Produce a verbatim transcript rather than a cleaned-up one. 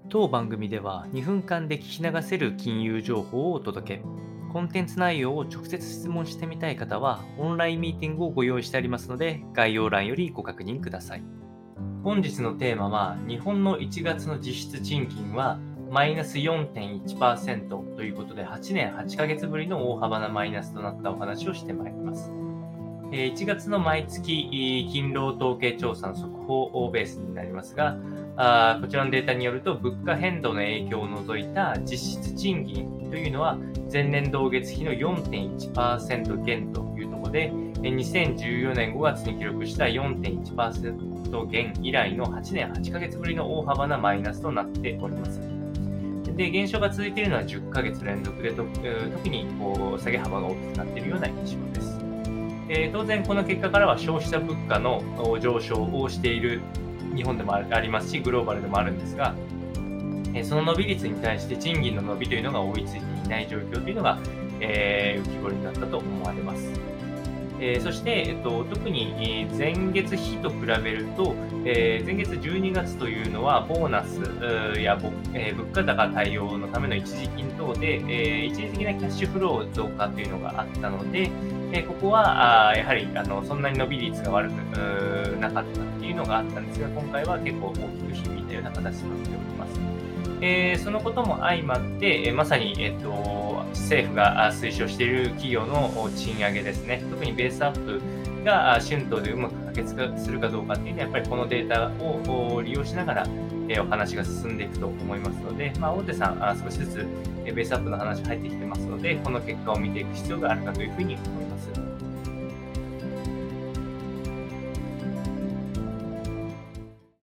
当番組ではにふんかんで聞き流せる金融情報をお届け。コンテンツ内容を直接質問してみたい方は、オンラインミーティングをご用意してありますので、概要欄よりご確認ください。本日のテーマは、日本のいちがつの実質賃金はマイナス よんてんいちパーセント ということで、はちねんはちかげつぶりの大幅なマイナスとなったお話をしてまいります。いちがつの毎月勤労統計調査の速報ベースになりますが、あこちらのデータによると、物価変動の影響を除いた実質賃金というのは前年同月比の よんてんいちパーセント 減というところで、にせんじゅうよねんごがつに記録した よんてんいちパーセント 減以来のはちねんはちかげつぶりの大幅なマイナスとなっております。で、減少が続いているのはじゅっかげつ連続で、特にこう下げ幅が大きくなっているような印象です。えー、当然この結果からは消費者物価の上昇をしている日本でもありますし、グローバルでもあるんですが、えー、その伸び率に対して賃金の伸びというのが追いついていない状況というのが、えー、浮き彫りになったと思われます。えー、そして、えっと、特に前月比と比べると、えー、前月じゅうにがつというのはボーナスや、えー、物価高対応のための一時金等で、えー、一時的なキャッシュフロー増加というのがあったので、えー、ここはあやはりあのそんなに伸び率が悪くなかったっていうのがあったんですが、今回は結構大きく響いたような形となっております。えー、そのことも相まって、えー、まさに、えーと、政府が推奨している企業の賃上げですね。特にベースアップが春闘でうまく可決するかどうかっていうのは、やっぱりこのデータを利用しながら、えー、お話が進んでいくと思いますので、まあ、大手さんあ少しずつベースアップの話入ってきてますので、この結果を見ていく必要があるかというふうに思います。